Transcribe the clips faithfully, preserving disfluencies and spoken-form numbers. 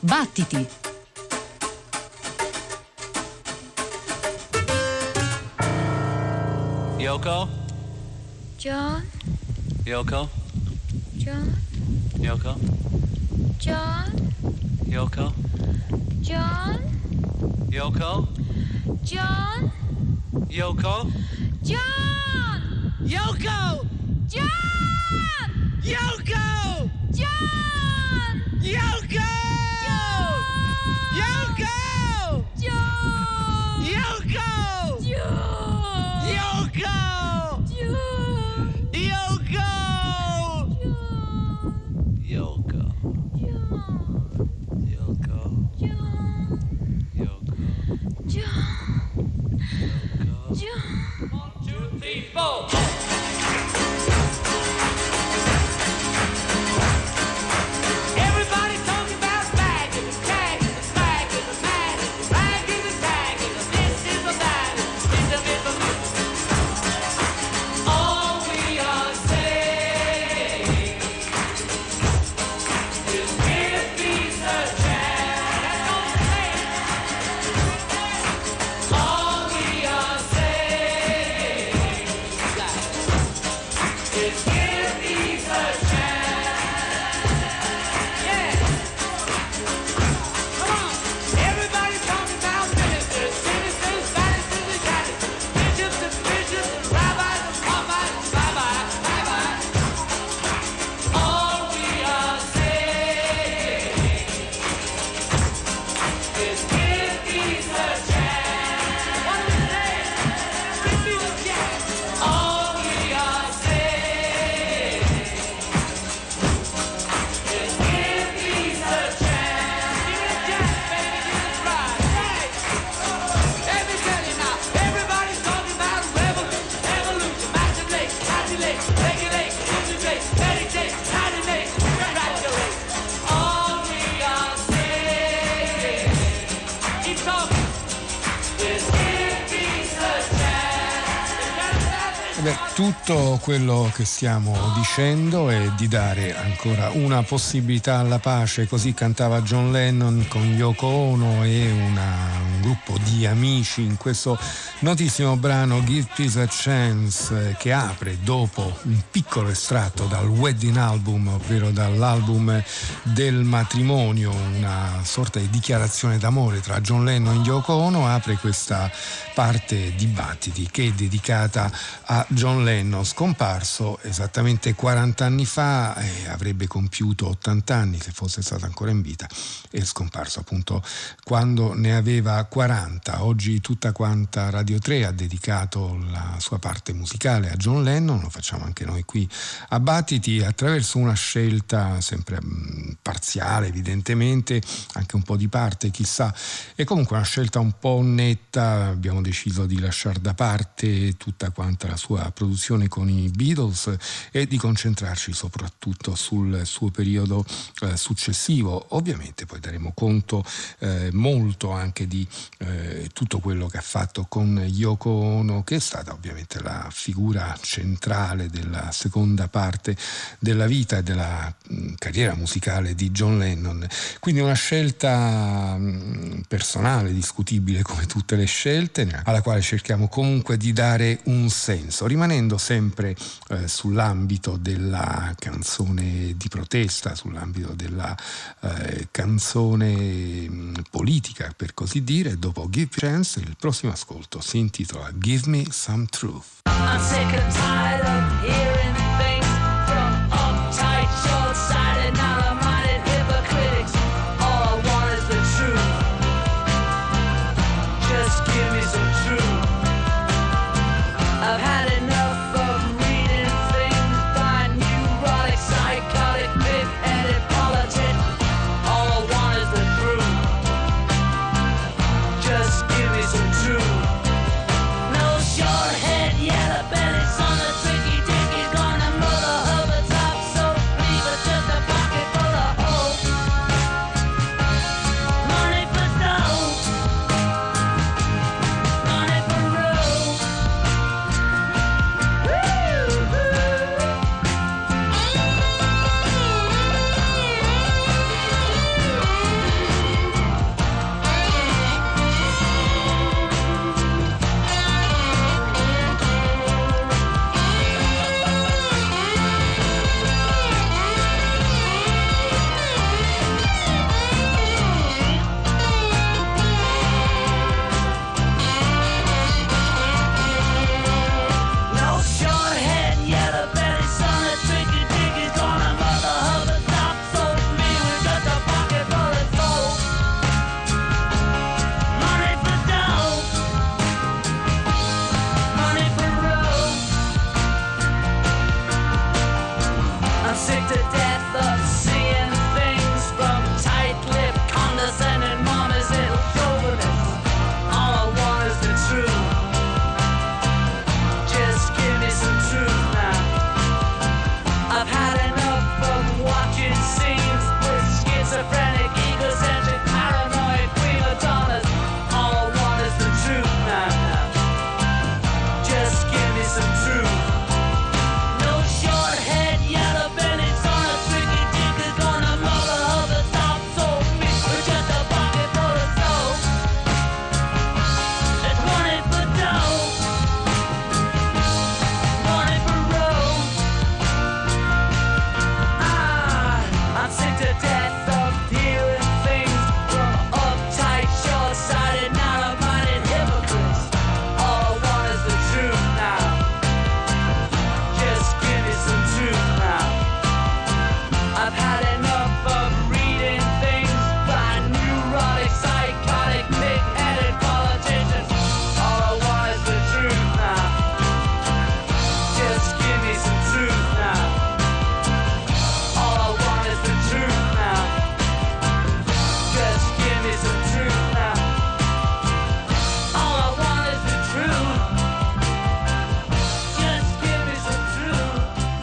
Battiti! Yoko? John? Yoko? John? Yoko? John? Yoko? John? Yoko? John? Yoko? John! Yoko! John! Yoko! John! Yoko! Yoko! John! Yoko! John! Yoko! John! Yoko! Yoko! Yoko! John! Yoko! John! One, two, three, four! Everybody's talking about bagging, the tagging, the swagging, the magging, the ragging, the tagging, the this is the that, this is the this. All we are saying is give peace a chance. All we are saying is give peace a chance. Yeah. Come on. Everybody's talking about ministers, ministers, ministers, and canisters, bishops and bishops, and rabbis and rabbis, and bye-bye, bye-bye. All we are saying is give peace a chance. What do we say? Give peace a chance. All we are saying is give peace a chance. Give it a chance, baby, give it a try. Hey! Let me tell you now, everybody's talking about revolution, evolution, imaginate, calculate, regulate, integrate, meditate, animate, congratulate. All we are saying, keep talking, is give peace a chance. Beh, tutto quello che stiamo dicendo è di dare ancora una possibilità alla pace, così cantava John Lennon con Yoko Ono e una, un gruppo di amici in questo notissimo brano Give Peace a Chance, che apre dopo un piccolo estratto dal Wedding Album, ovvero dall'album del matrimonio, una sorta di dichiarazione d'amore tra John Lennon e Yoko Ono. Apre questa parte di Battiti che è dedicata a John Lennon, scomparso esattamente quaranta anni fa, e avrebbe compiuto ottanta anni se fosse stato ancora in vita, e scomparso appunto quando ne aveva quaranta. Oggi tutta quanta Radio tre ha dedicato la sua parte musicale a John Lennon, lo facciamo anche noi qui a Battiti, attraverso una scelta sempre mh, parziale, evidentemente, anche un po' di parte, chissà, e comunque una scelta un po' netta. Abbiamo deciso di lasciare da parte tutta quanta la sua produzione con i Beatles e di concentrarci soprattutto sul suo periodo eh, successivo. Ovviamente poi daremo conto eh, molto anche di eh, tutto quello che ha fatto con Yoko Ono, che è stata ovviamente la figura centrale della seconda parte della vita e della mh, carriera musicale di John Lennon. Quindi una scelta mh, personale, discutibile come tutte le scelte, alla quale cerchiamo comunque di dare un senso, rimanendo sempre eh, sull'ambito della canzone di protesta, sull'ambito della eh, canzone mh, politica, per così dire. Dopo Give Chance, il prossimo ascolto si intitola Give Me Some Truth. I'm sick and tired of hearing things from uptight, short-sighted, narrow-minded hypocrites. All I want is the truth. Just give me some truth. I've had enough of reading things by neurotic, psychotic, big-headed politics. All I want is the truth. Just give me some truth. No short head, yellow belly, son of tricky dick is gonna move.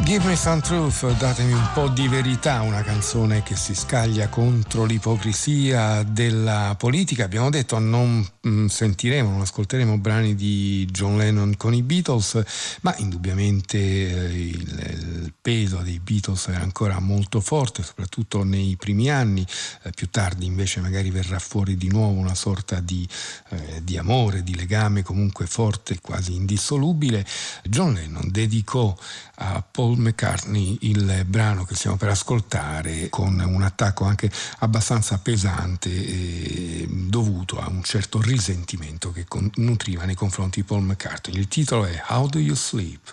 Give Me Some Truth, datemi un po' di verità, una canzone che si scaglia contro l'ipocrisia della politica. Abbiamo detto non mh, sentiremo, non ascolteremo brani di John Lennon con i Beatles, ma indubbiamente eh, il, il peso dei Beatles era ancora molto forte, soprattutto nei primi anni. Eh, più tardi invece magari verrà fuori di nuovo una sorta di, eh, di amore, di legame comunque forte, quasi indissolubile. John Lennon dedicò a Paul McCartney il brano che stiamo per ascoltare con un attacco anche abbastanza pesante eh, dovuto a un certo risentimento che con- nutriva nei confronti di Paul McCartney. Il titolo è How Do You Sleep?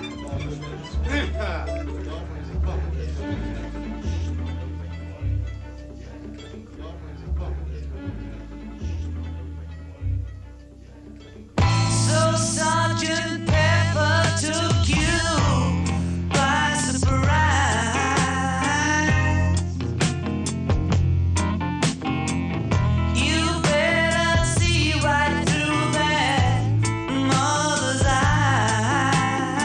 So Sergeant Pepper took you by surprise. You better see right through that mother's eyes.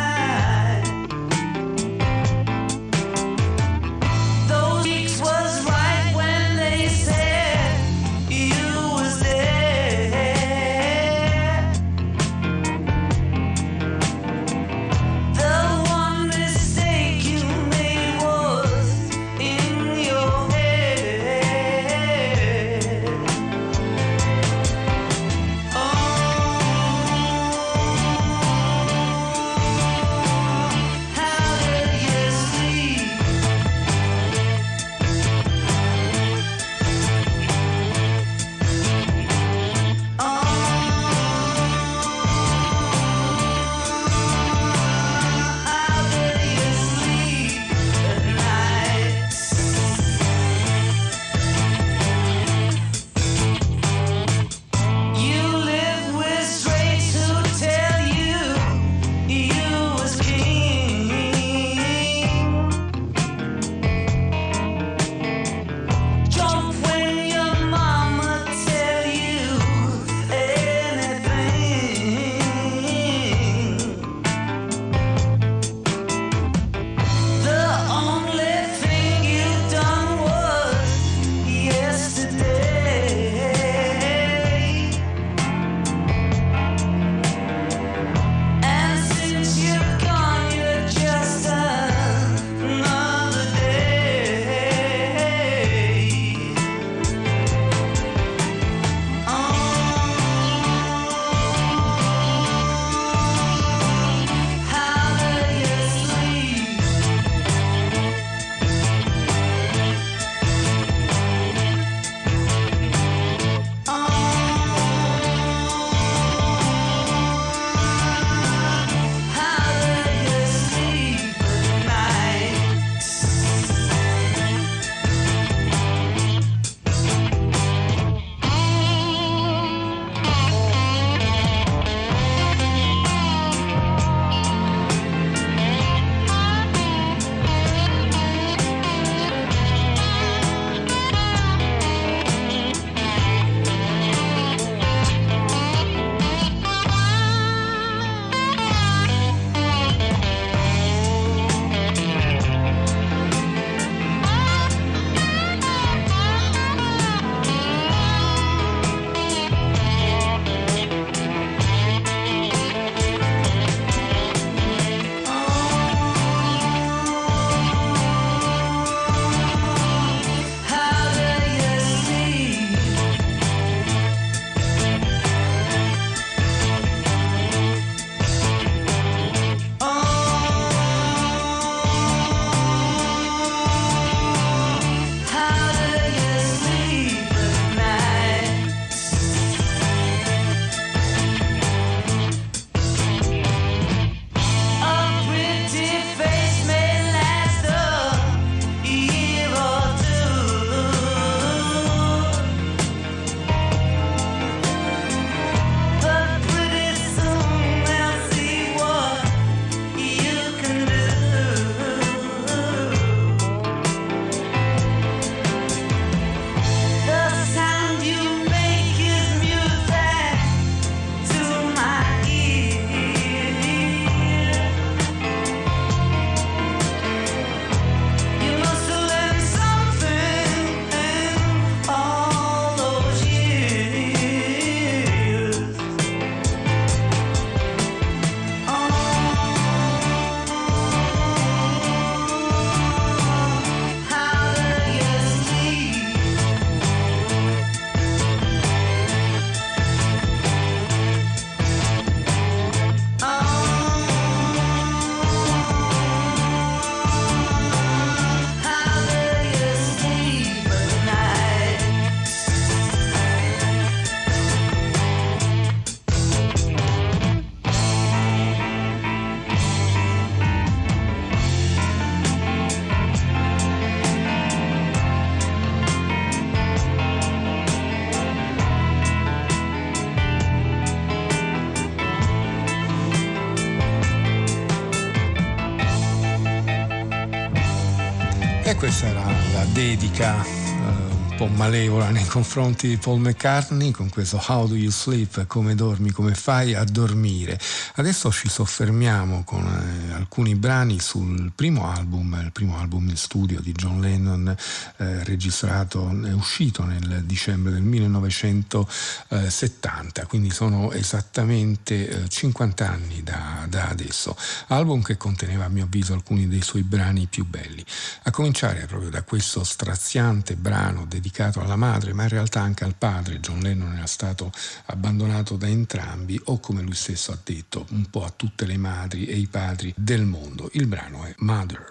E questa era la dedica eh, un po' malevola nei confronti di Paul McCartney con questo How Do You Sleep, come dormi, come fai a dormire. Adesso ci soffermiamo con eh, alcuni brani sul primo album, il primo album in studio di John Lennon, eh, registrato, è uscito nel dicembre del millenovecentosettanta, quindi sono esattamente eh, cinquanta anni da, da adesso. Album che conteneva, a mio avviso, alcuni dei suoi brani più belli, a cominciare proprio da questo straziante brano dedicato alla madre, ma in realtà anche al padre. John Lennon era stato abbandonato da entrambi, o come lui stesso ha detto, un po' a tutte le madri e i padri del mondo. Il brano è Mother.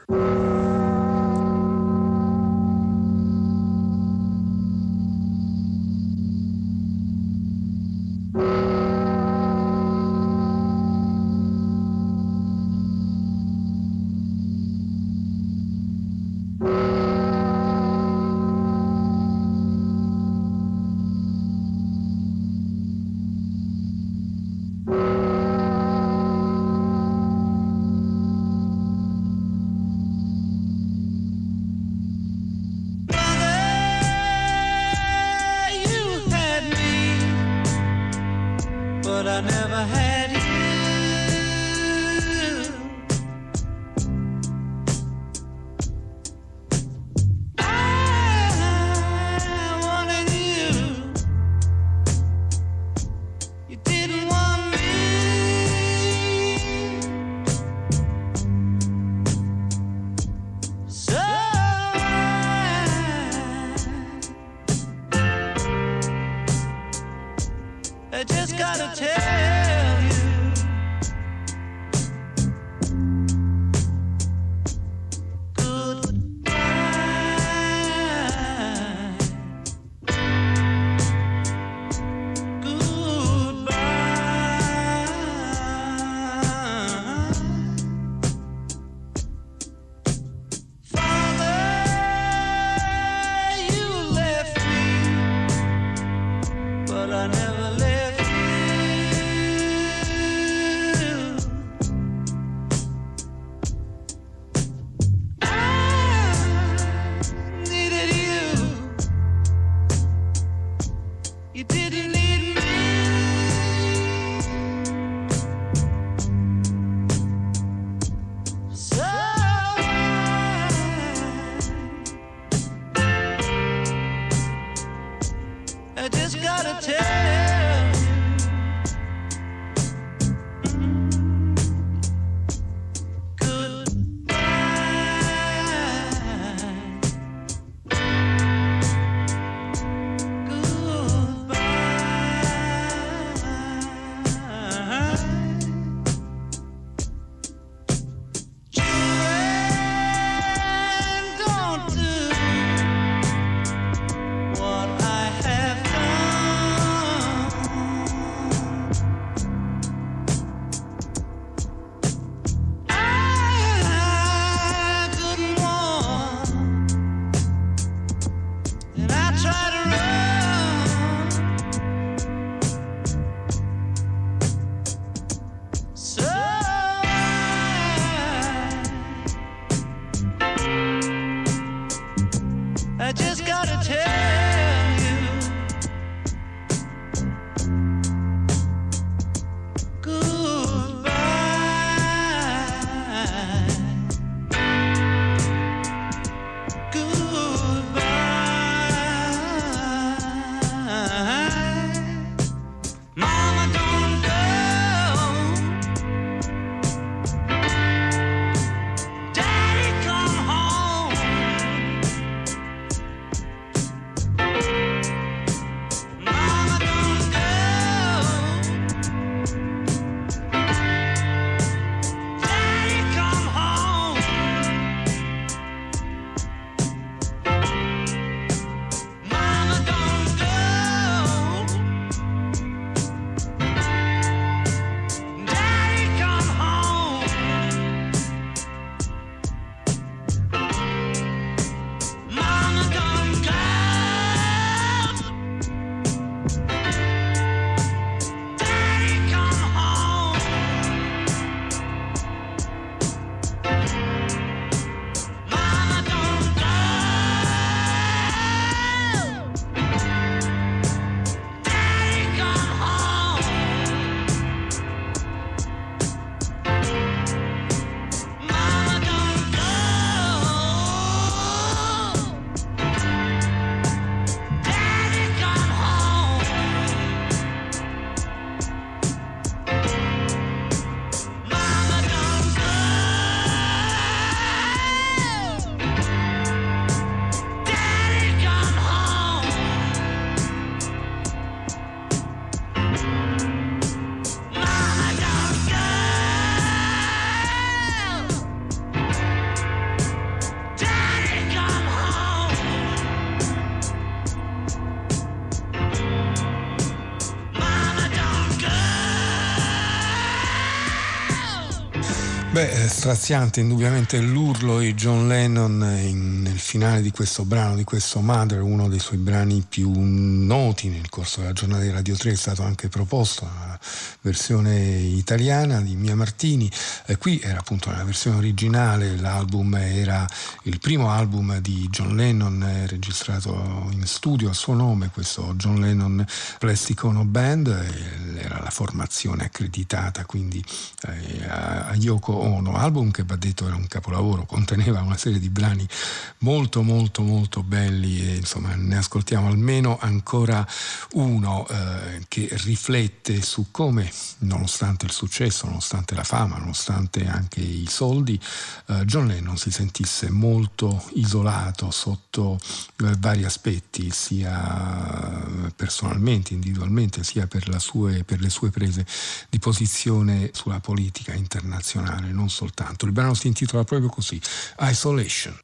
Beh, straziante indubbiamente l'urlo di John Lennon in, nel finale di questo brano, di questo Mother, uno dei suoi brani più noti. Nel corso della giornata di Radio tre è stato anche proposto una versione italiana di Mia Martini. Eh, qui era appunto nella versione originale, l'album era il primo album di John Lennon eh, registrato in studio a suo nome, questo John Lennon Plastic Ono Band, eh, era la formazione accreditata quindi eh, a, a Yoko Ono, album che va detto era un capolavoro, conteneva una serie di brani molto molto molto belli e insomma ne ascoltiamo almeno ancora uno eh, che riflette su come, nonostante il successo, nonostante la fama, nonostante anche i soldi, eh, John Lennon si sentisse molto isolato sotto eh, vari aspetti, sia personalmente, individualmente, sia per, la sue, per le sue prese di posizione sulla politica internazionale. Non soltanto. Il brano si intitola proprio così, Isolation.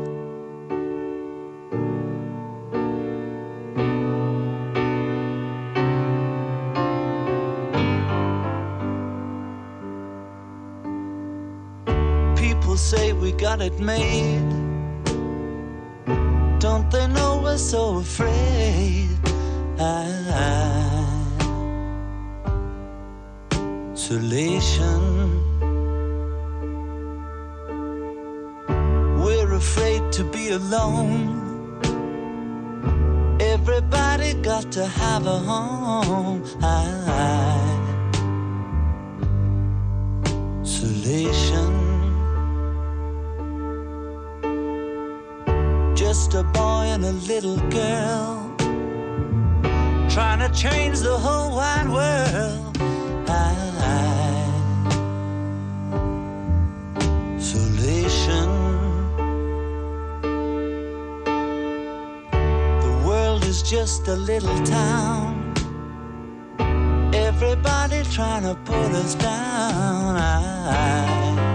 People say we got it made. Don't they know we're so afraid? Isolation. We're afraid to be alone. Everybody got to have a home. Isolation. Just a boy and a little girl trying to change the whole wide world. Isolation. Is just a little town. Everybody trying to put us down. I,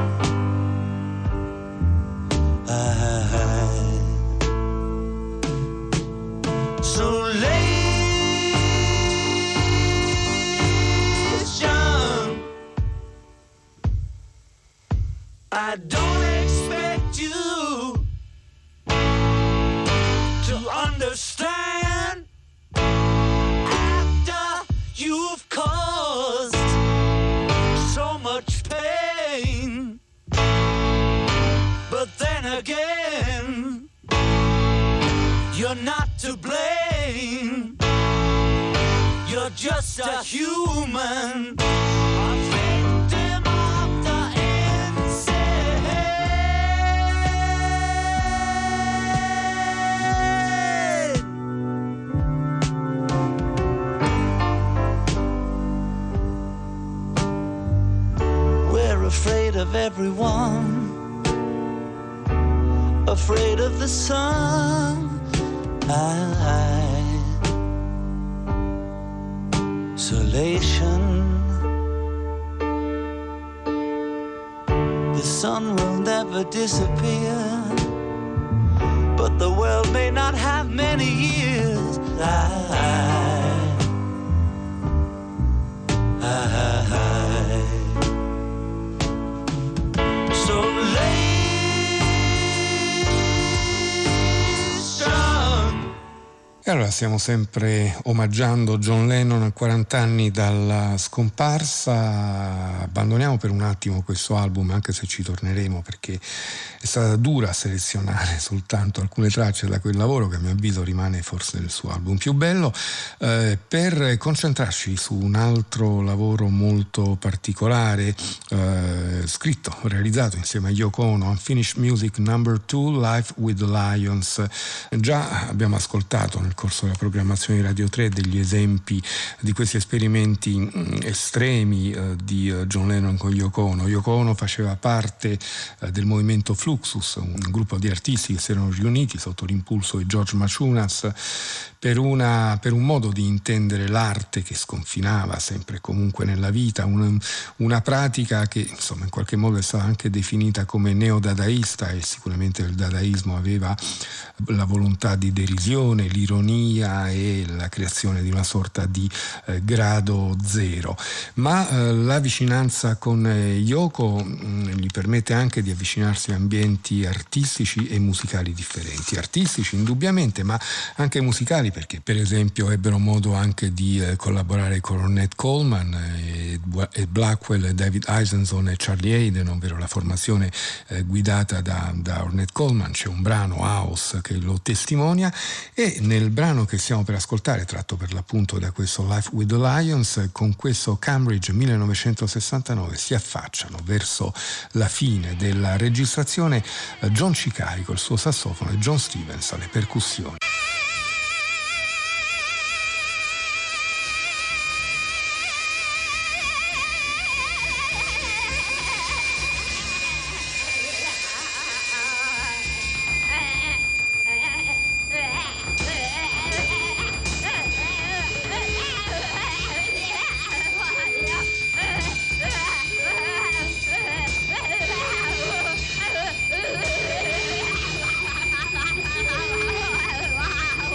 I, Isolation. I don't expect you to understand after you've caused so much pain. But then again, you're not to blame. You're just a human, a victim of the insane. Afraid of everyone, afraid of the sun. I, isolation. The sun will never disappear, but the world may not have many years. I, I, E allora stiamo sempre omaggiando John Lennon a quaranta anni dalla scomparsa. Abbandoniamo per un attimo questo album, anche se ci torneremo, perché è stata dura selezionare soltanto alcune tracce da quel lavoro, che a mio avviso rimane forse il suo album più bello, eh, per concentrarci su un altro lavoro molto particolare, eh, scritto, realizzato insieme a Yoko Ono, Unfinished Music number two, Life with the Lions. Già abbiamo ascoltato nel corso della programmazione di Radio tre degli esempi di questi esperimenti mh, estremi eh, di uh, John Lennon con Yoko Ono. Yoko Ono faceva parte eh, del movimento Fluxus, un gruppo di artisti che si erano riuniti sotto l'impulso di George Maciunas per, una, per un modo di intendere l'arte che sconfinava sempre e comunque nella vita, una, una pratica che insomma in qualche modo è stata anche definita come neodadaista, e sicuramente il dadaismo aveva la volontà di derisione, l'ironia, armonia e la creazione di una sorta di eh, grado zero. Ma eh, la vicinanza con eh, Yoko mh, gli permette anche di avvicinarsi a ambienti artistici e musicali differenti. Artistici indubbiamente, ma anche musicali, perché per esempio ebbero modo anche di eh, collaborare con Ornette Coleman e, e Blackwell, David Eisenson e Charlie Hayden, ovvero la formazione eh, guidata da, da Ornette Coleman. C'è un brano house che lo testimonia, e nel brano che stiamo per ascoltare, tratto per l'appunto da questo Life with the Lions, con questo Cambridge millenovecentosessantanove si affacciano verso la fine della registrazione eh, John Cicari col suo sassofono e John Stevens alle percussioni. Wow.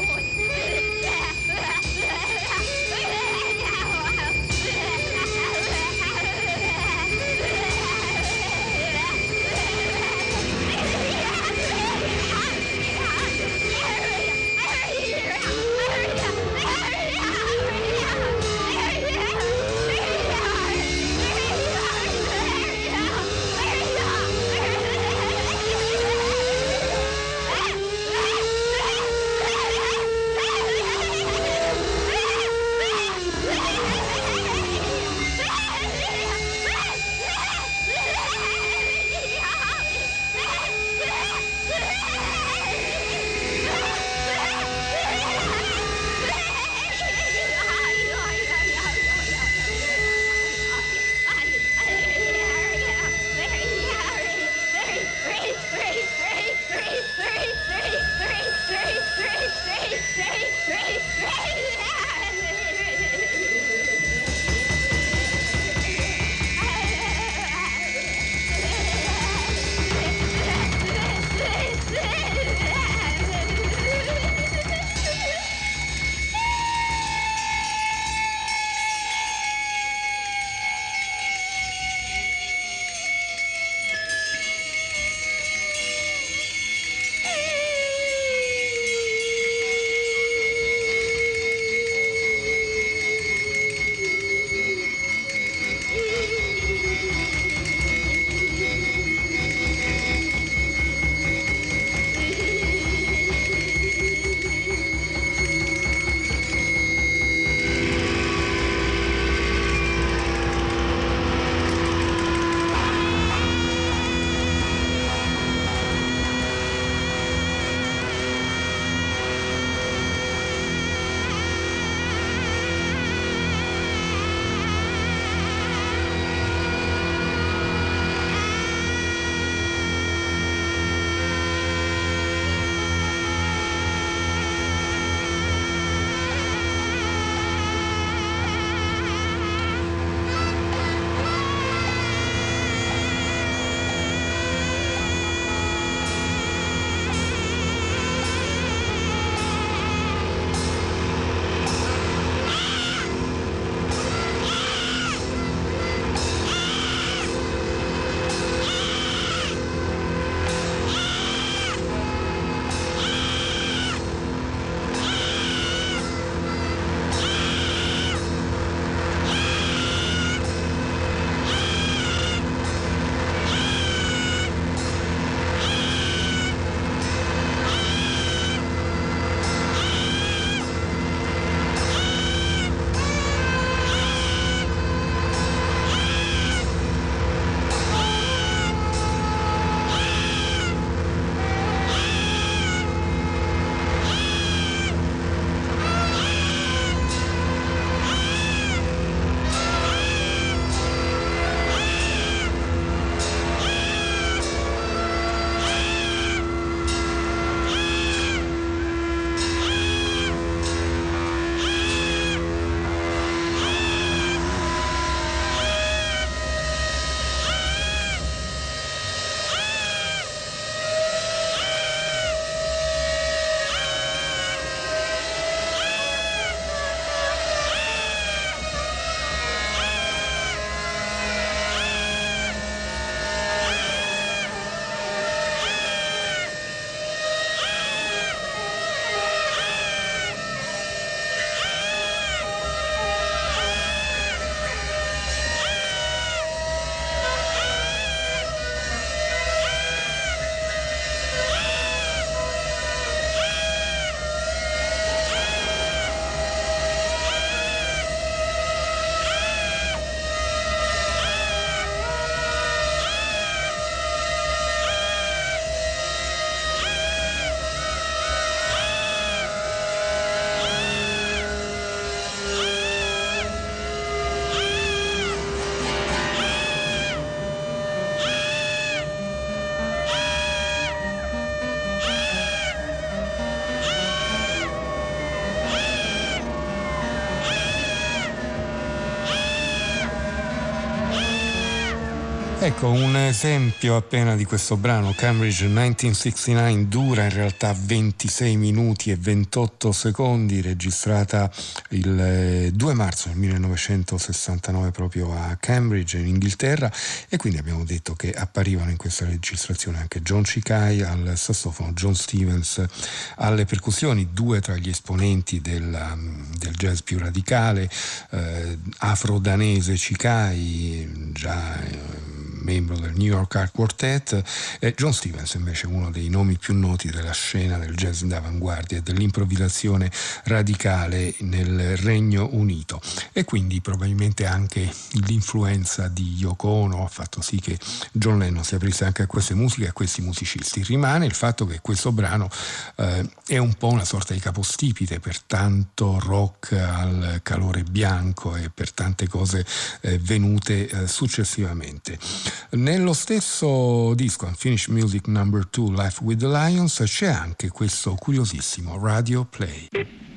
Ecco, un esempio appena di questo brano, Cambridge millenovecentosessantanove, dura in realtà ventisei minuti e ventotto secondi, registrata il due marzo del millenovecentosessantanove proprio a Cambridge in Inghilterra, e quindi abbiamo detto che apparivano in questa registrazione anche John Cicai al sassofono, John Stevens alle percussioni, due tra gli esponenti del, del jazz più radicale, eh, afro-danese Cicai, già eh, membro del New York Art Quartet, e John Stevens invece uno dei nomi più noti della scena del jazz d'avanguardia e dell'improvvisazione radicale nel Regno Unito, e quindi probabilmente anche l'influenza di Yoko Ono ha fatto sì che John Lennon si aprisse anche a queste musiche e a questi musicisti. Rimane il fatto che questo brano eh, è un po' una sorta di capostipite per tanto rock al calore bianco e per tante cose eh, venute eh, successivamente. Nello stesso disco Unfinished Music number two, Life with the Lions, c'è anche questo curiosissimo Radio Play.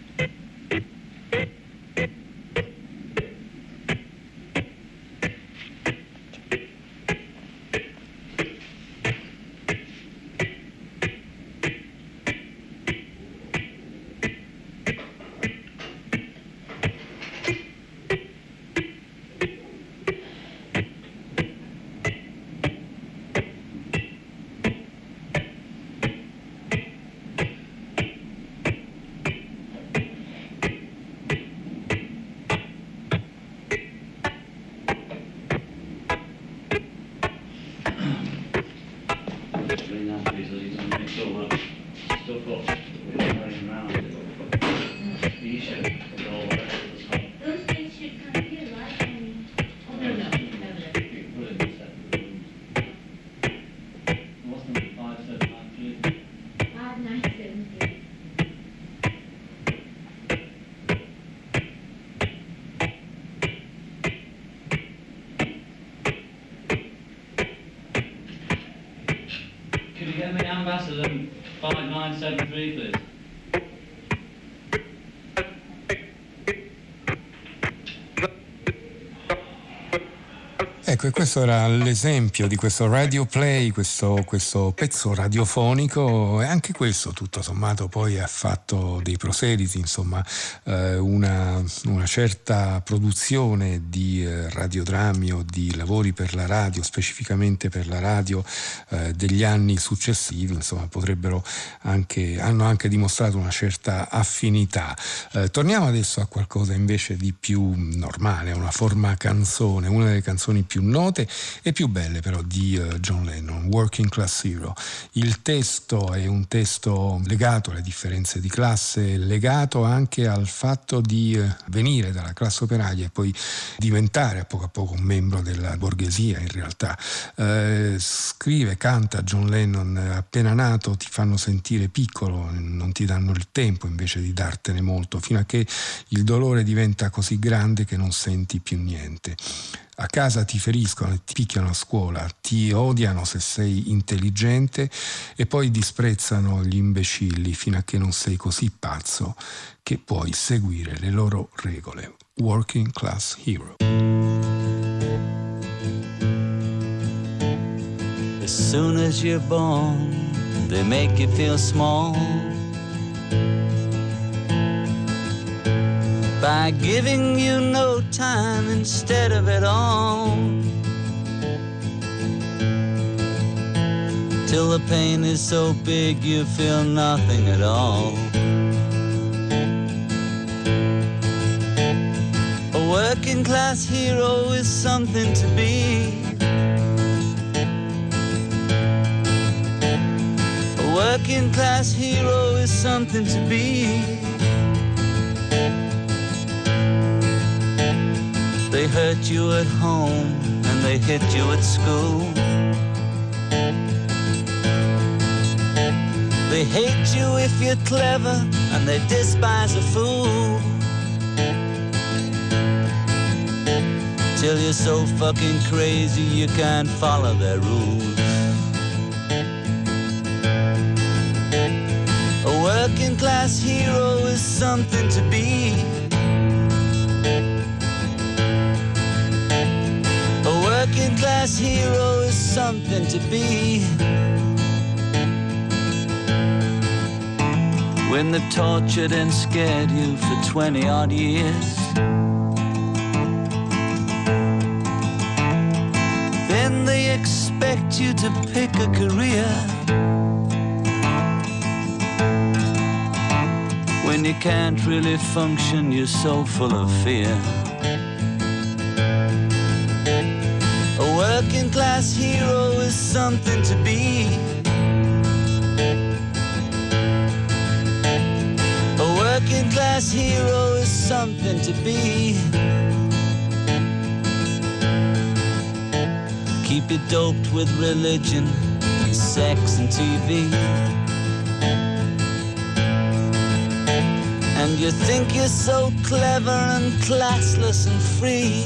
five nine seven three, please. Ecco, e questo era l'esempio di questo Radio Play, questo, questo pezzo radiofonico, e anche questo tutto sommato poi ha fatto dei proseliti, insomma eh, una, una certa produzione di eh, radiodrammi o di lavori per la radio, specificamente per la radio eh, degli anni successivi, insomma potrebbero anche, hanno anche dimostrato una certa affinità. Eh, torniamo adesso a qualcosa invece di più normale, una forma canzone, una delle canzoni più note e più belle però di uh, John Lennon, Working Class Hero. Il testo è un testo legato alle differenze di classe, legato anche al fatto di uh, venire dalla classe operaia e poi diventare a poco a poco un membro della borghesia in realtà. Uh, scrive, canta John Lennon: appena nato ti fanno sentire piccolo, non ti danno il tempo invece di dartene molto, fino a che il dolore diventa così grande che non senti più niente. A casa ti feriscono e ti picchiano a scuola, ti odiano se sei intelligente e poi disprezzano gli imbecilli fino a che non sei così pazzo che puoi seguire le loro regole. Working Class Hero. As soon as you're born, they make you feel small by giving you no time instead of it all, till the pain is so big you feel nothing at all. A working class hero is something to be. A working class hero is something to be. They hurt you at home and they hit you at school. They hate you if you're clever and they despise a fool, till you're so fucking crazy you can't follow their rules. A working class hero is something to be. A working class hero something to be. When they've tortured and scared you for twenty odd years, then they expect you to pick a career. When you can't really function, you're so full of fear. A working class hero is something to be. A working class hero is something to be. Keep it doped with religion, sex and T V. And you think you're so clever and classless and free,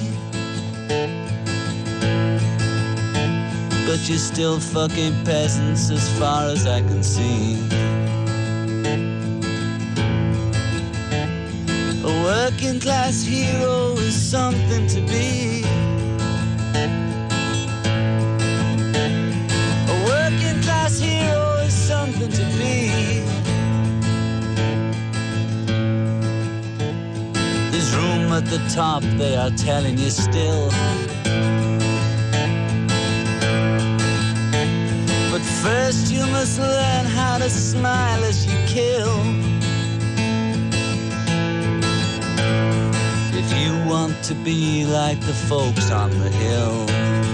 but you're still fucking peasants as far as I can see. A working class hero is something to be. A working class hero is something to be. There's room at the top, they are telling you still. But first you must learn how to smile as you kill. If you want to be like the folks on the hill.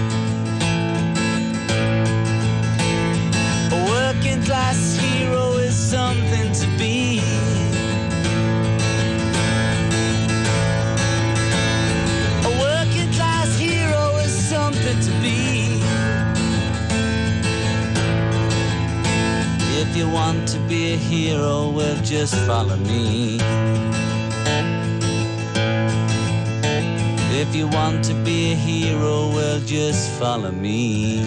A working class hero is something to be. A working class hero is something to be. If you want to be a hero, well, just follow me. If you want to be a hero, well, just follow me.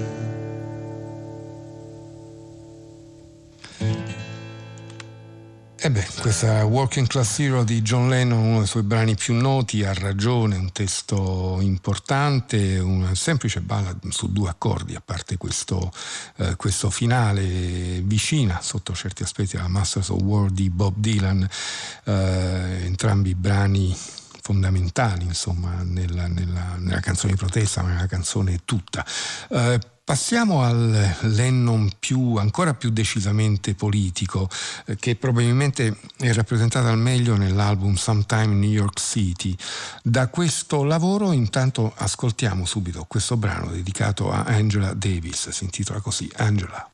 E beh, questa Working Class Hero di John Lennon, uno dei suoi brani più noti, ha ragione, un testo importante, una semplice ballad su due accordi, a parte questo, eh, questo finale vicina sotto certi aspetti alla Masters of War di Bob Dylan, eh, entrambi brani fondamentali, insomma, nella, nella, nella canzone di protesta, ma nella canzone tutta. Eh, Passiamo al Lennon più, ancora più decisamente politico, eh, che probabilmente è rappresentato al meglio nell'album Sometime in New York City. Da questo lavoro intanto ascoltiamo subito questo brano dedicato a Angela Davis, si intitola così, Angela.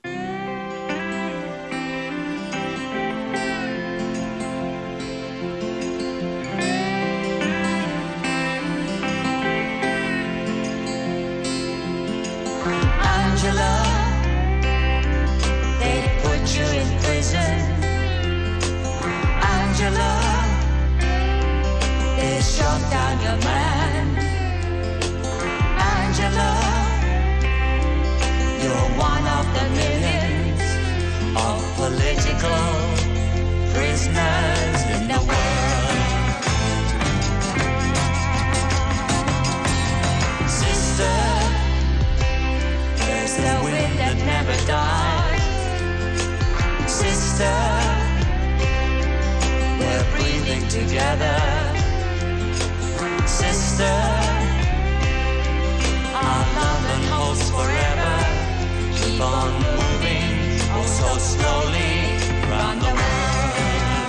Angela, they put you in prison. Angela, they shot down your man. Angela, you're one of the millions of political prisoners in the world. Sister, there's the wind that never dies. Sister, we're breathing together. Sister, our love and hopes forever keep on moving, oh so slowly, round the world.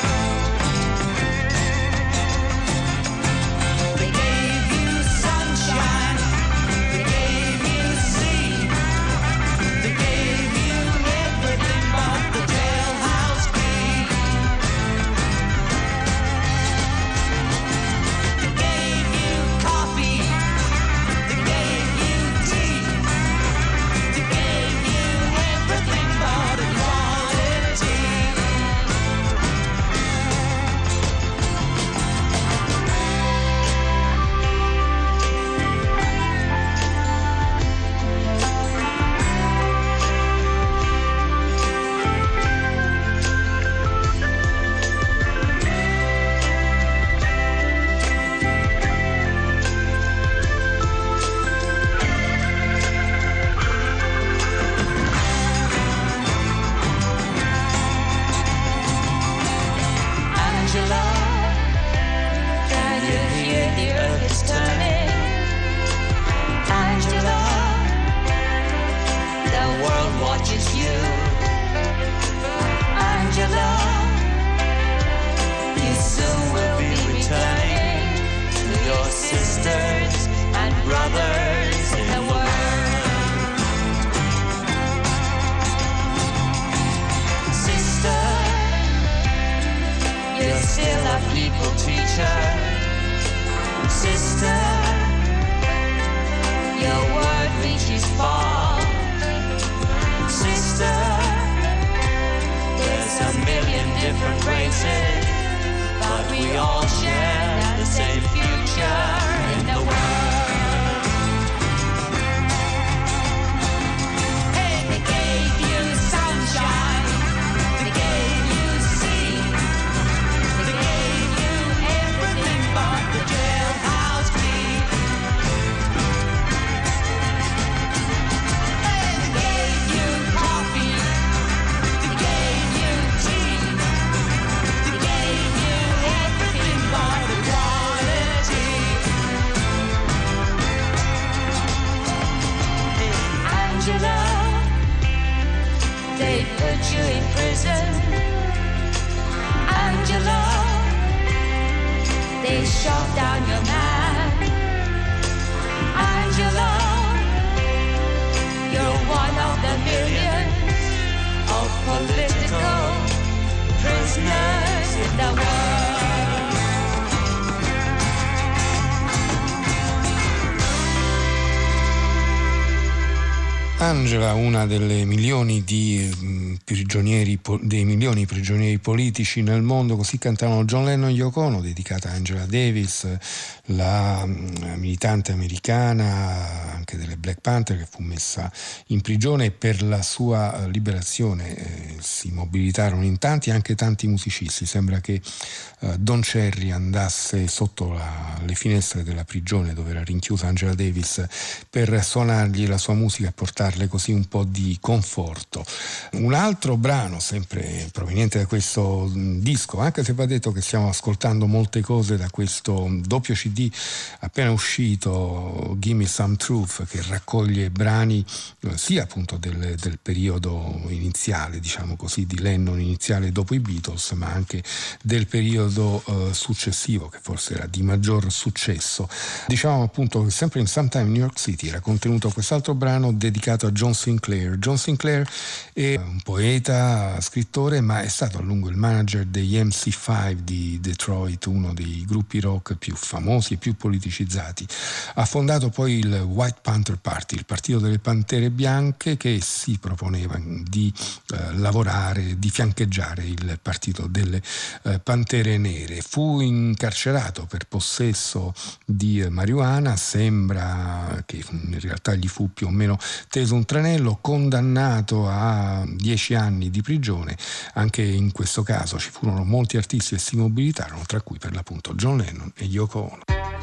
They gave you sunshine, they gave you sea, they gave you everything but the jailhouse key. They gave you coffee watches you. Angela, you soon will be returning to your sisters and brothers in the world. Sister, you're still a people teacher. Sister, your word reaches far. Sister, there's a million different races, but we all share the same future in the world. Hey, they gave you sunshine, they gave you sea, they gave you everything but the jailhouse key. Hey, they gave you coffee, they gave you tea, they gave you everything but equality. Angela, they put you in prison. Angela, they shot down your man. Angela, you're one of the millions of political prisoners in the world. Angela, una delle milioni di mh, prigionieri, po- dei milioni di prigionieri politici nel mondo, così cantavano John Lennon e Yoko Ono, dedicata a Angela Davis, la mh, militante americana anche delle Black Panther, che fu messa in prigione, e per la sua uh, liberazione eh, si mobilitarono in tanti, anche tanti musicisti. Sembra che uh, Don Cherry andasse sotto la, le finestre della prigione dove era rinchiusa Angela Davis per suonargli la sua musica e portarle così un po' di conforto. Un altro brano sempre proveniente da questo disco, anche se va detto che stiamo ascoltando molte cose da questo doppio C D appena uscito, Gimme Some Truth, che raccoglie brani eh, sia appunto del, del periodo iniziale, diciamo così, di Lennon iniziale dopo i Beatles, ma anche del periodo eh, successivo, che forse era di maggior successo. Diciamo appunto che sempre in Sometime in New York City era contenuto quest'altro brano dedicato a John Sinclair. John Sinclair è un poeta, scrittore, ma è stato a lungo il manager degli M C cinque di Detroit, uno dei gruppi rock più famosi e più politicizzati. Ha fondato poi il White Panther Party, il partito delle pantere bianche, che si proponeva di eh, lavorare, di fiancheggiare il partito delle eh, pantere nere. Fu incarcerato per possesso di eh, marijuana, sembra che in realtà gli fu più o meno teso un tranello, condannato a dieci anni di prigione. Anche in questo caso ci furono molti artisti che si mobilitarono, tra cui per l'appunto John Lennon e Yoko Ono.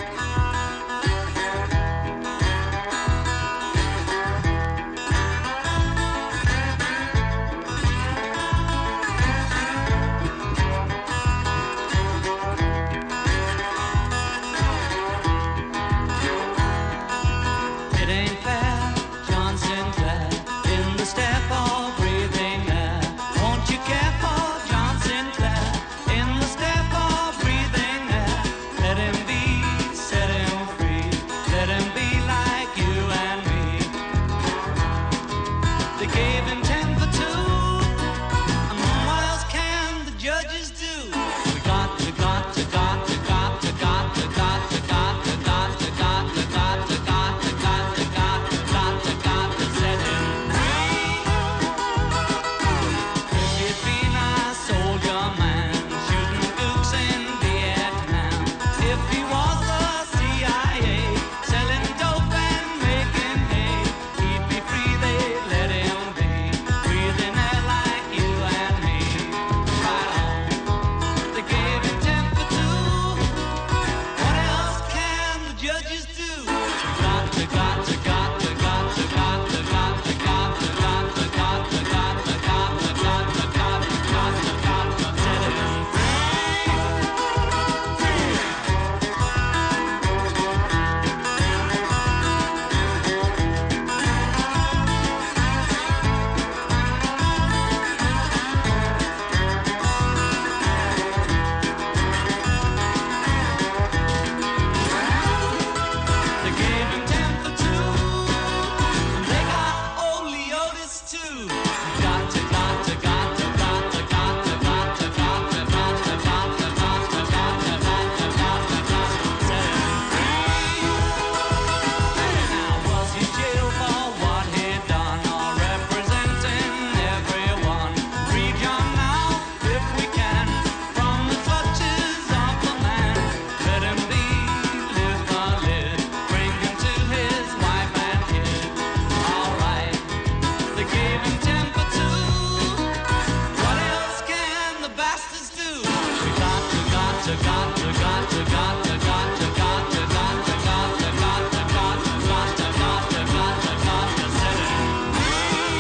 It ain't fair, John Sinclair, in the step of breathing air. Won't you care for John Sinclair, in the step of breathing air? Let him be, set him free, let him be like you and me. They gave him ten for two, and what else can the judges do? We got to, got to, got to, got to, got to, got to, got to, got to, got to, got to, got to, got to, got to, got to, got to set him free. If he'd been a soldier man, shooting gooks in Vietnam, if he was the C I A, selling dope and making hay, he'd be free, they'd let him be. do. Got to, got to, got to, got to, got to, got to, got to, got to, got to, got to, got to, got to, got to, got to, got to set him free. Now was he jailed for what he'd done, or representing everyone? Free John now, if we can, from the clutches of the man. Let him be, live the lid, bring him to his wife and kid. All right, they gave him temper too. What else can the bastards do? We got to, got to, got to, got to, got to, got to, got to, got to, got to, got to, got to, got to, got to, got to, got to set him free.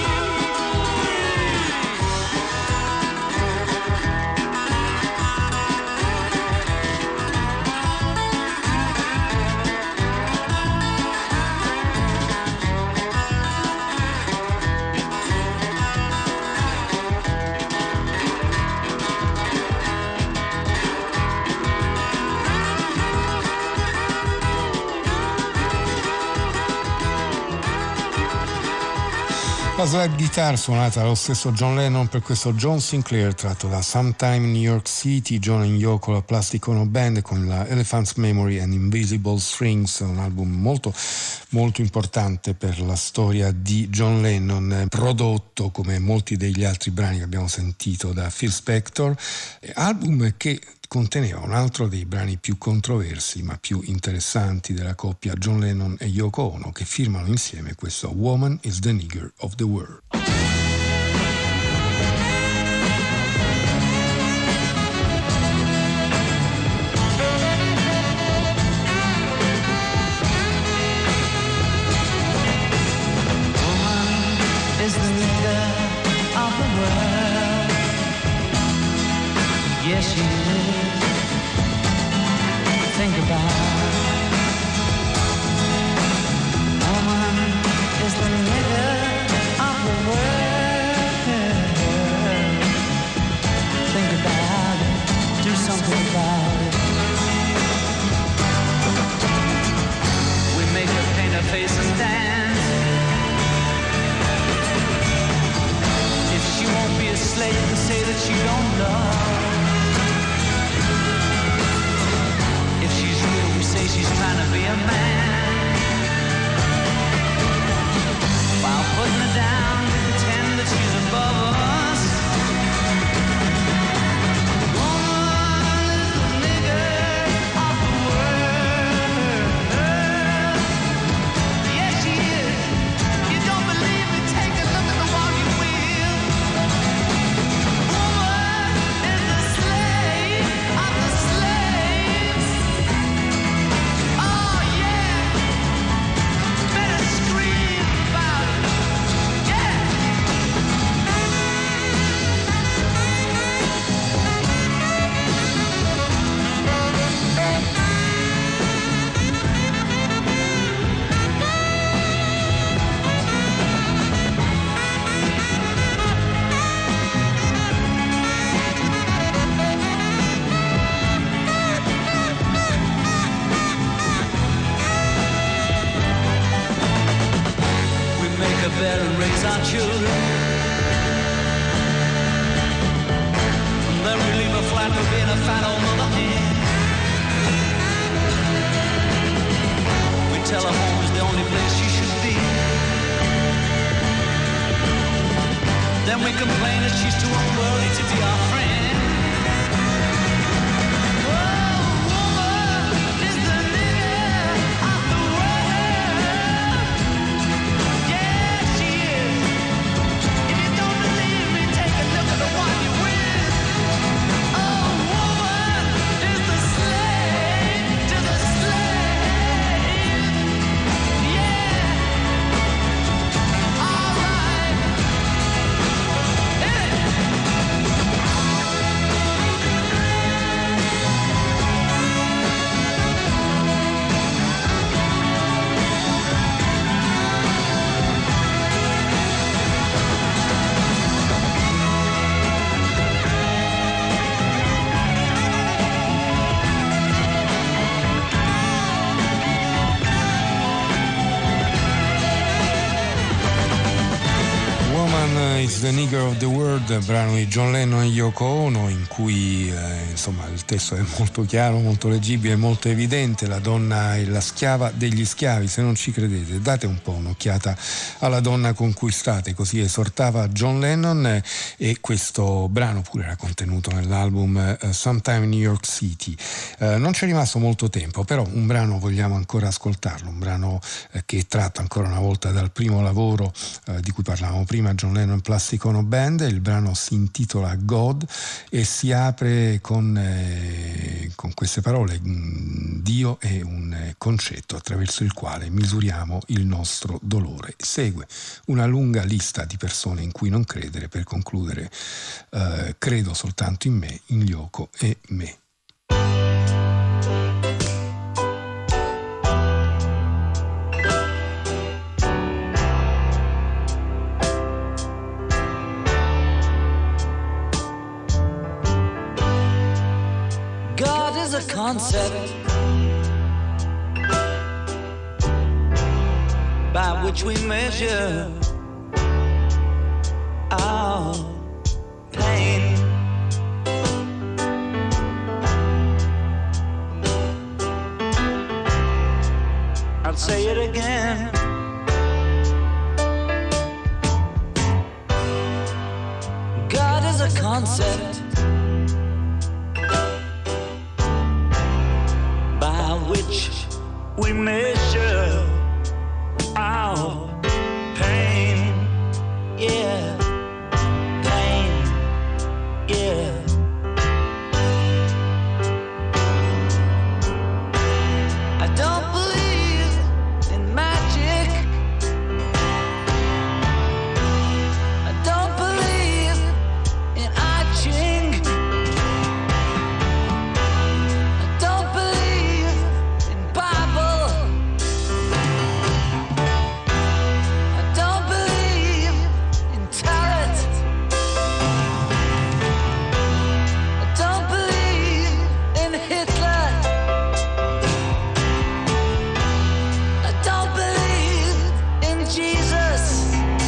La slide guitar suonata dallo stesso John Lennon per questo John Sinclair tratto da Sometime in New York City, John and Yoko, la Plastic Ono Band con la Elephant's Memory and Invisible Strings, un album molto molto importante per la storia di John Lennon, prodotto come molti degli altri brani che abbiamo sentito da Phil Spector, album che conteneva un altro dei brani più controversi ma più interessanti della coppia John Lennon e Yoko Ono, che firmano insieme questo Woman is the Nigger of the World. Is the leader of the world. Yes, she is. Think about it. Woman is the leader of the world. Think about it. Do something about it. We make her paint her face and dance. She won't be a slave and say that you don't love. If she's real, we say she's trying to be a man. While putting her down, we pretend that she's above us. Woman is the nigger of the world. Yes, she is. You don't believe me? Take a look at the one you will. Woman is the slave of the slaves. Oh yeah, better scream about it. Yeah. We make a bed and raise our children. And then we leave her flat to be in a fat old mother hen. We tell her home is the only place she should be. Then we complain that she's too unworthy to be our friend. Oh, woman is the nigger of the world. Yeah, she is. If you don't believe me, take a look at the one you're with. Oh, woman is the slave to the slave. Yeah. All right. Hit it. It's the Nigger of the World, brano di John Lennon e Yoko Ono, in cui eh, insomma il testo è molto chiaro, molto leggibile, molto evidente. La donna è la schiava degli schiavi. Se non ci credete, date un po' un'occhiata alla donna con cui state, così esortava John Lennon. E questo brano pure era contenuto nell'album uh, Sometime in New York City. Uh, non c'è rimasto molto tempo, però un brano vogliamo ancora ascoltarlo, un brano uh, che è tratto ancora una volta dal primo lavoro uh, di cui parlavamo prima, John Lennon Plastic Ono Band. Il brano si intitola God e si apre con, eh, con queste parole: Dio è un concetto attraverso il quale misuriamo il nostro dolore. Segue una lunga lista di persone in cui non credere per concludere: eh, credo soltanto in me, in Yoko e me. A concept by which we measure our pain. I'll say it again. God is a concept which we measure our pain, yeah, pain, yeah. I don't believe in magic. I don't believe in I Ching. I don't believe Bible. I don't believe in tarot. I don't believe in Hitler. I don't believe in Jesus.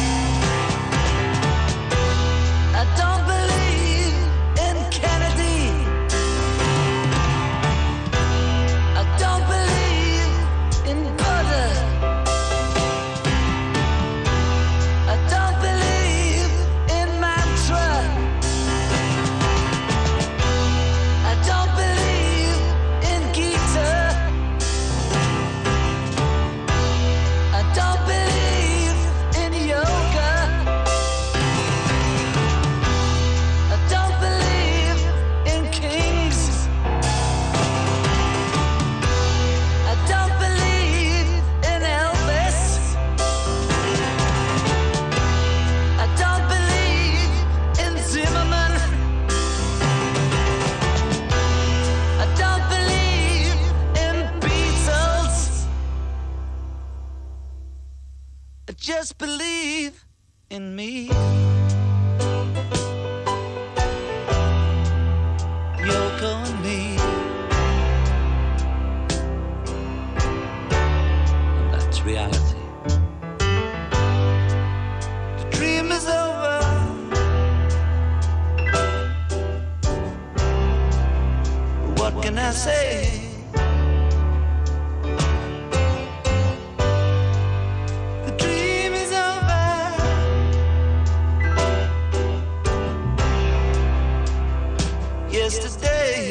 I don't believe in Kennedy. I don't believe in Buddha. I don't believe in mantra. I don't believe in Gita. I don't believe in yoga. I don't believe in kings. I don't believe in Elvis. I don't believe in Zimmerman. I don't believe in Beatles. I just believe in me. Yoko and me. And that's reality. The dream is over. What can I say? The dream is over. Yesterday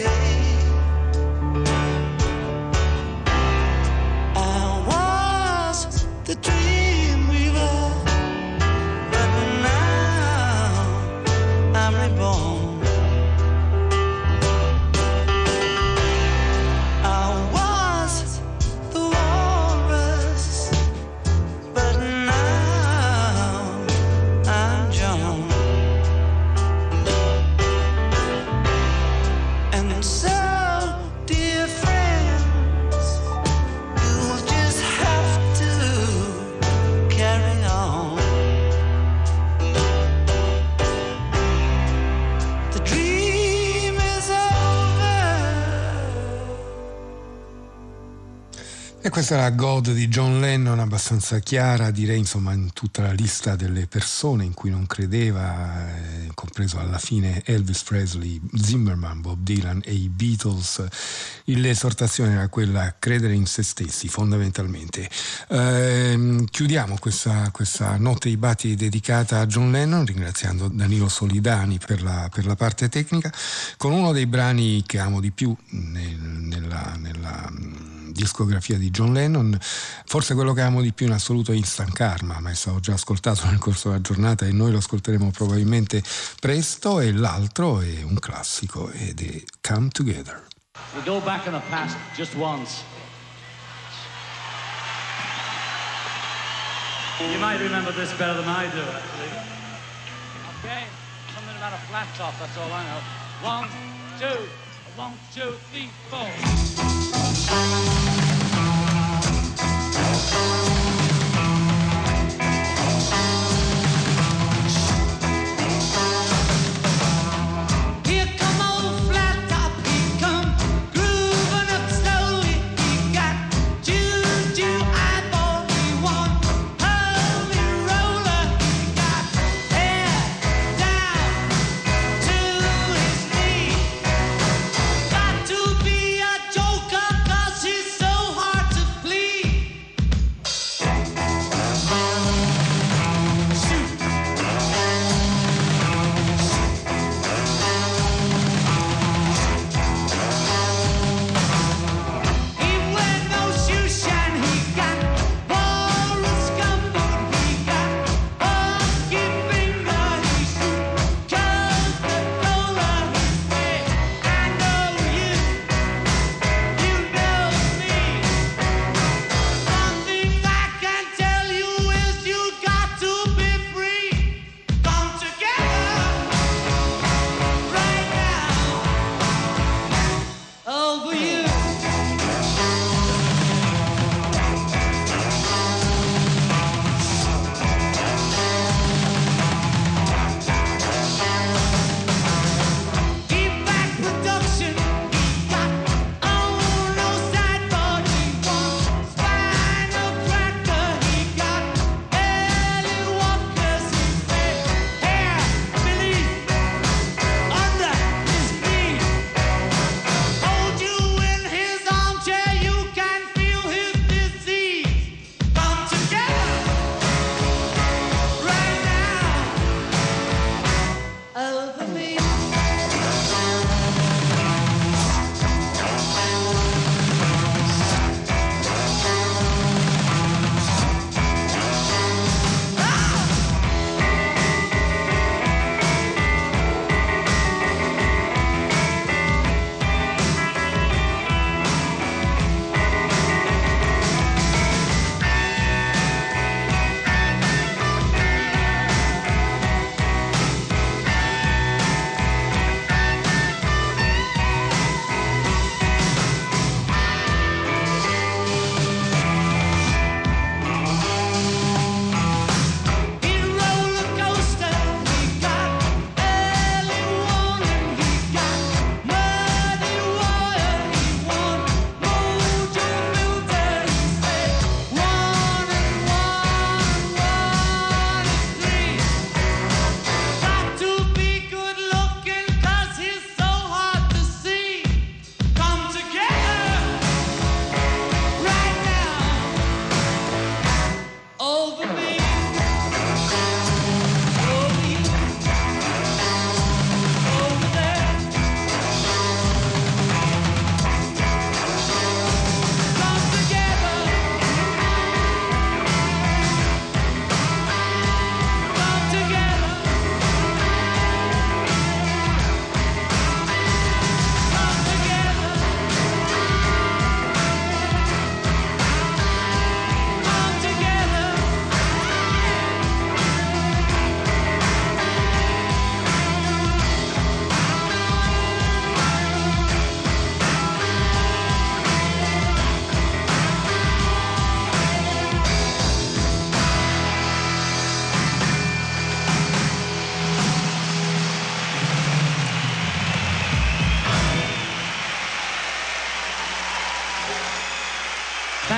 I was the dream weaver, but now I'm reborn. I was the walrus, but now I'm John. Questa è la God di John Lennon, abbastanza chiara, direi, insomma, in tutta la lista delle persone in cui non credeva, eh, compreso alla fine Elvis Presley, Zimmerman, Bob Dylan e i Beatles. L'esortazione era quella a credere in se stessi, fondamentalmente. Eh, chiudiamo questa, questa notte di battiti dedicata a John Lennon, ringraziando Danilo Solidani per la, per la parte tecnica, con uno dei brani che amo di più nel, nella, nella discografia di John Lennon, forse quello che amo di più in assoluto è Instant Karma, ma è stato già ascoltato nel corso della giornata e noi lo ascolteremo probabilmente presto, e l'altro è un classico ed è Come Together. We go back in the past just once. You might remember this better than I do, actually. Okay, something about a flat top, that's all I know. One, two, one, two, three, four. Here come old flat top, he come grooving up slowly. He got juju eyeball, he want holy roller. He got hair down to his knee. Got to be a joker 'cause he's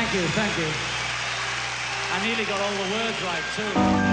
Thank you, thank you. I nearly got all the words right too.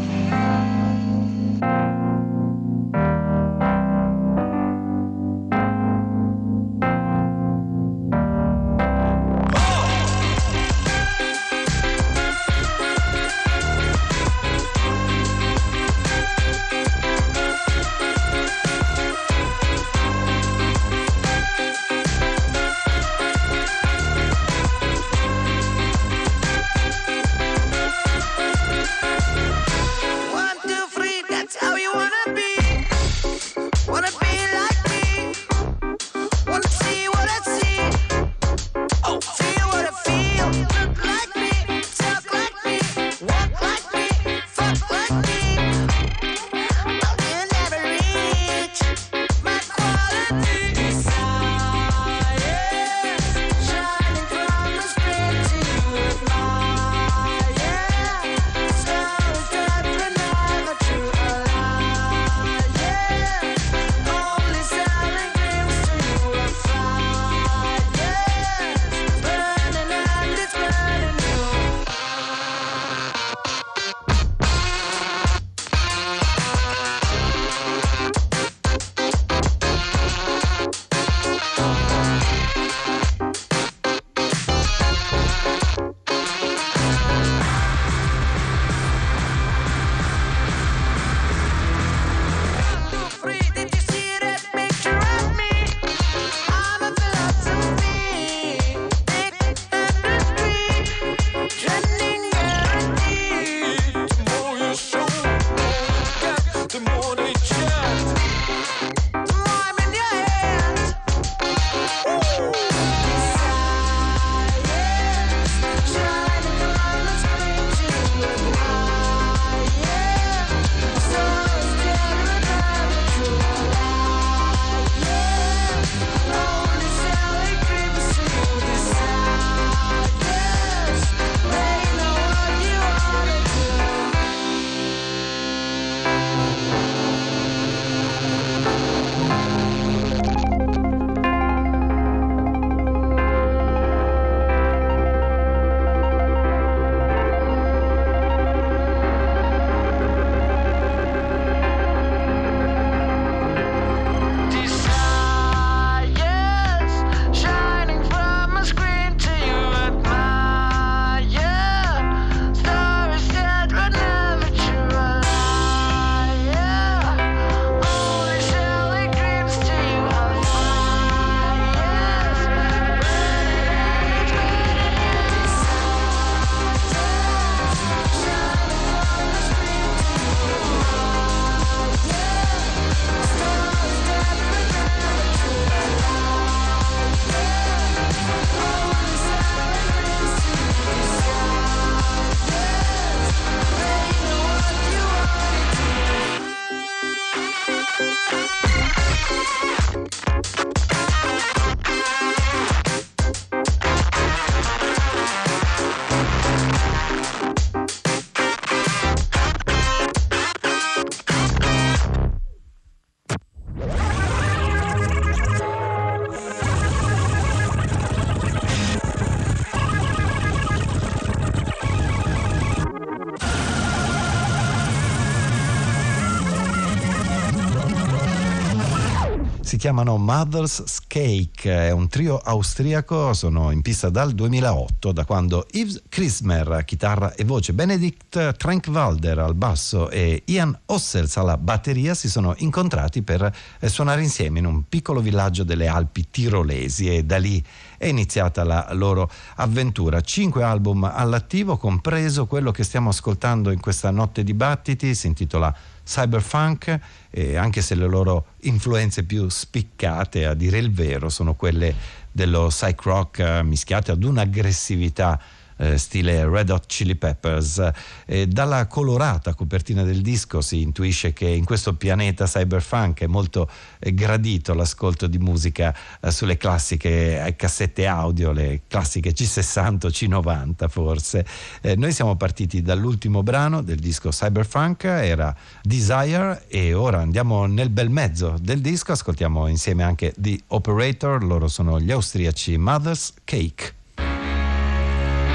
Si chiamano Mother's Cake, è un trio austriaco, sono in pista dal duemilaotto, da quando Yves Krismer, chitarra e voce, Benedikt Trenkwalder al basso e Ian Ossels alla batteria si sono incontrati per suonare insieme in un piccolo villaggio delle Alpi tirolesi, e da lì è iniziata la loro avventura. Cinque album all'attivo, compreso quello che stiamo ascoltando in questa notte di battiti, si intitola Cyberfunk, e anche se le loro influenze più spiccate, a dire il vero, sono quelle dello psych rock mischiate ad un'aggressività Eh, stile Red Hot Chili Peppers. Eh, dalla colorata copertina del disco si intuisce che in questo pianeta cyberfunk è molto eh, gradito l'ascolto di musica eh, sulle classiche eh, cassette audio, le classiche C sessanta o C novanta forse. Eh, noi siamo partiti dall'ultimo brano del disco Cyberfunk, era Desire, e ora andiamo nel bel mezzo del disco, ascoltiamo insieme anche The Operator, loro sono gli austriaci Mother's Cake.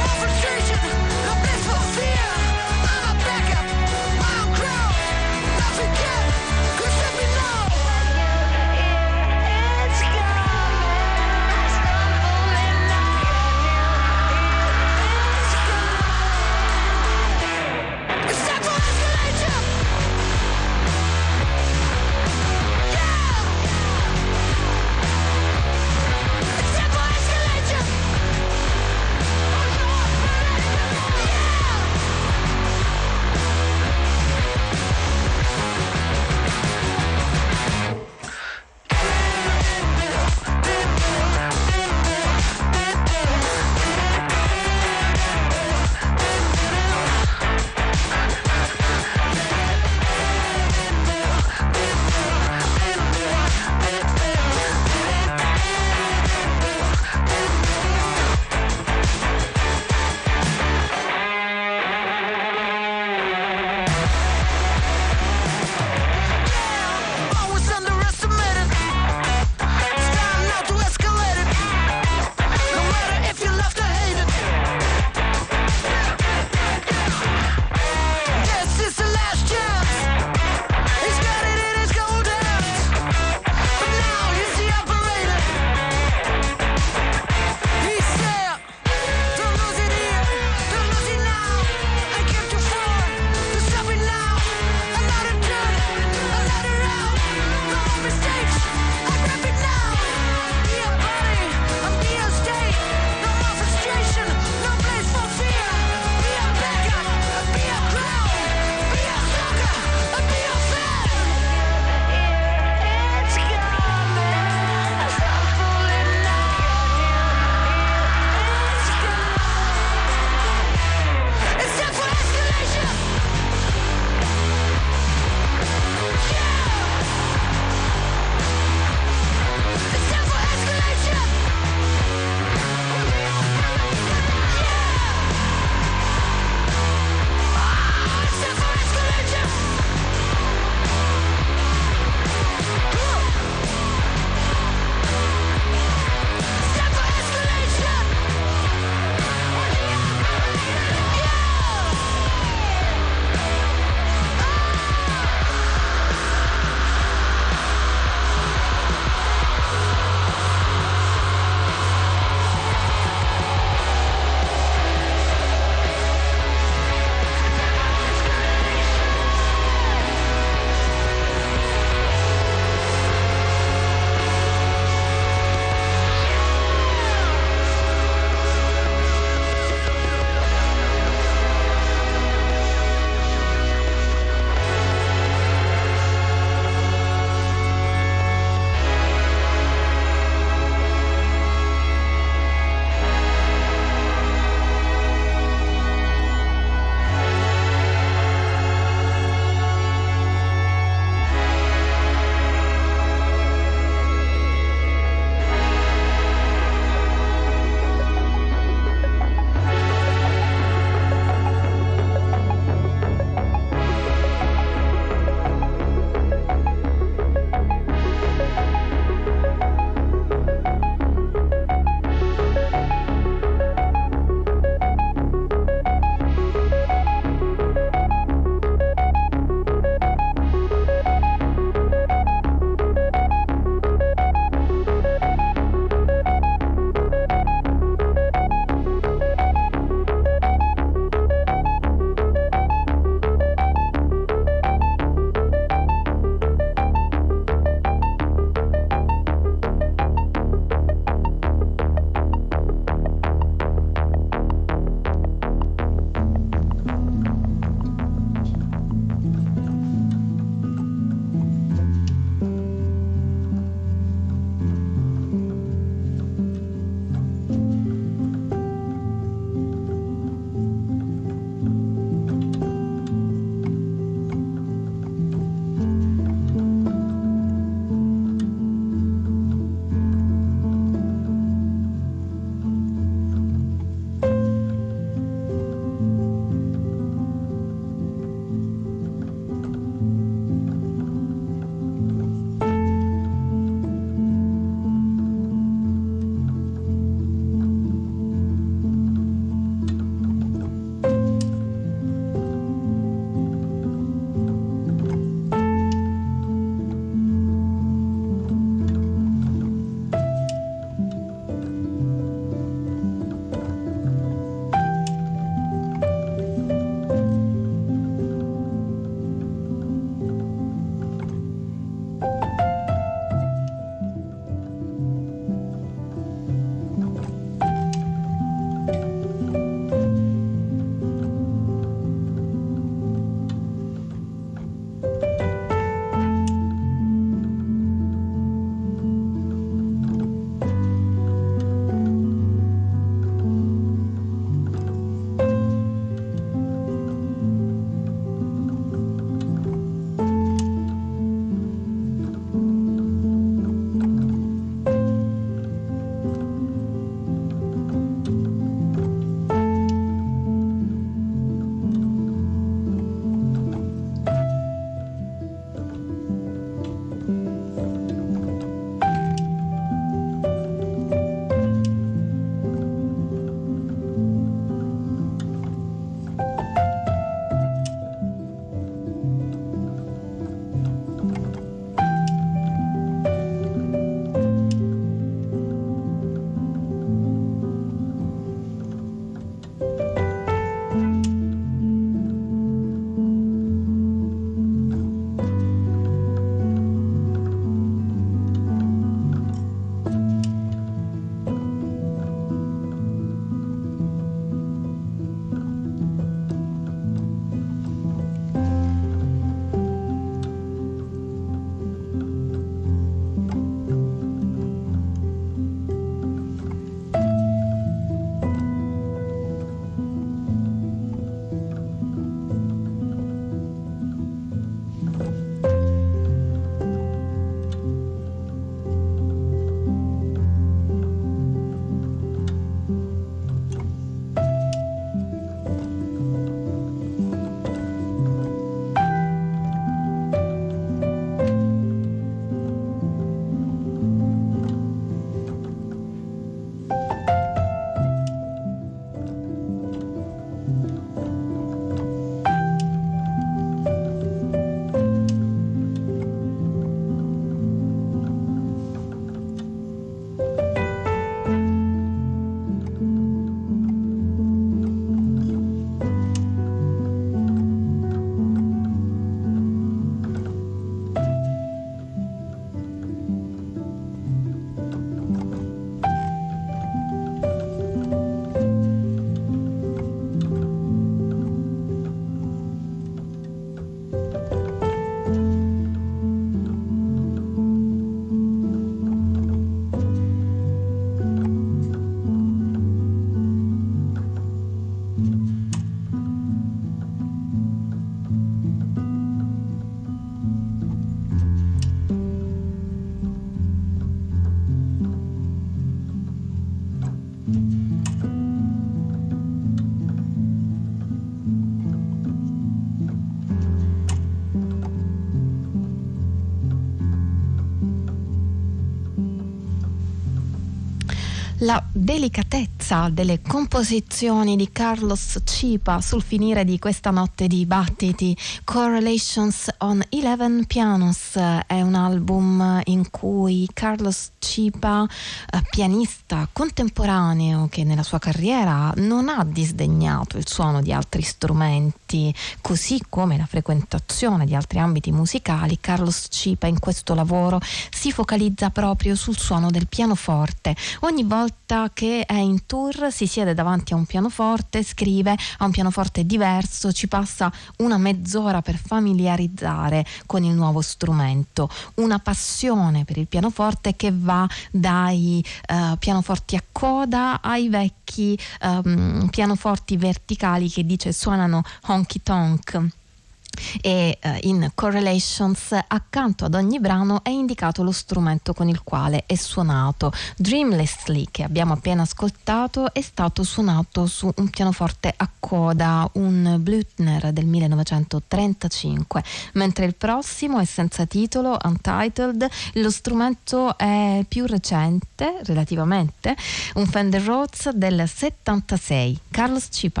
La delicatezza delle composizioni di Carlos Chipa sul finire di questa notte di battiti. Correlations on Eleven Pianos è un album in cui Carlos Chipa, eh, pianista contemporaneo che nella sua carriera non ha disdegnato il suono di altri strumenti, così come la frequentazione di altri ambiti musicali, Carlos Chipa in questo lavoro si focalizza proprio sul suono del pianoforte. Ogni volta che è in tour si siede davanti a un pianoforte, scrive a un pianoforte diverso, ci passa una mezz'ora per familiarizzare con il nuovo strumento, una passione per il pianoforte che va dai uh, pianoforti a coda ai vecchi um, pianoforti verticali che dice suonano honky tonk. E uh, in Correlations accanto ad ogni brano è indicato lo strumento con il quale è suonato. Dreamlessly, che abbiamo appena ascoltato, è stato suonato su un pianoforte a coda, un Blüthner del millenovecentotrentacinque, mentre il prossimo è senza titolo, Untitled. Lo strumento è più recente relativamente, un Fender Rhodes del settantasei. Carlos Chipa.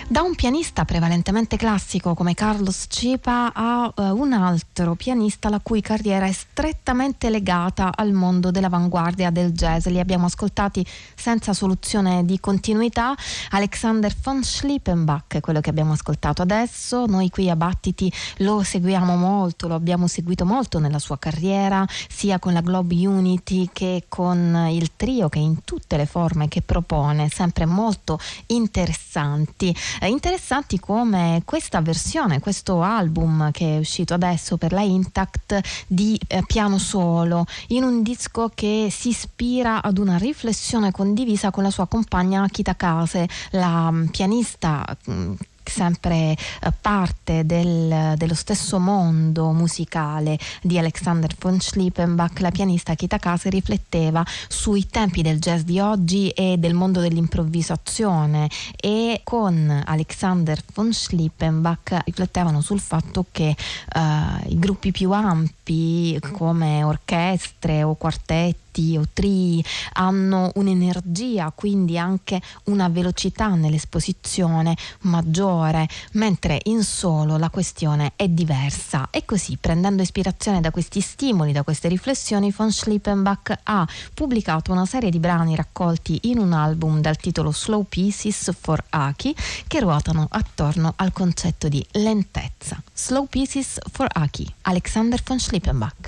Da un pianista prevalentemente classico come Carlos Chipa a uh, un altro pianista la cui carriera è strettamente legata al mondo dell'avanguardia del jazz. Li abbiamo ascoltati senza soluzione di continuità. Alexander von Schliepenbach è quello che abbiamo ascoltato adesso. Noi qui a Battiti lo seguiamo molto, lo abbiamo seguito molto nella sua carriera, sia con la Globe Unity che con il trio, che in tutte le forme che propone, sempre molto interessanti. Eh, interessanti come questa versione, questo album che è uscito adesso per la Intact di eh, piano solo, in un disco che si ispira ad una riflessione condivisa con la sua compagna Akita Kase, la mh, pianista mh, sempre eh, parte del, dello stesso mondo musicale di Alexander von Schliepenbach. La pianista Akita Kase rifletteva sui tempi del jazz di oggi e del mondo dell'improvvisazione, e con Alexander von Schliepenbach riflettevano sul fatto che eh, i gruppi più ampi come orchestre o quartetti o trii hanno un'energia, quindi anche una velocità nell'esposizione maggiore, mentre in solo la questione è diversa. E così, prendendo ispirazione da questi stimoli, da queste riflessioni, von Schliepenbach ha pubblicato una serie di brani raccolti in un album dal titolo Slow Pieces for Aki, che ruotano attorno al concetto di lentezza. Slow Pieces for Aki, Alexander von Schliepenbach.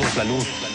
todos la luz.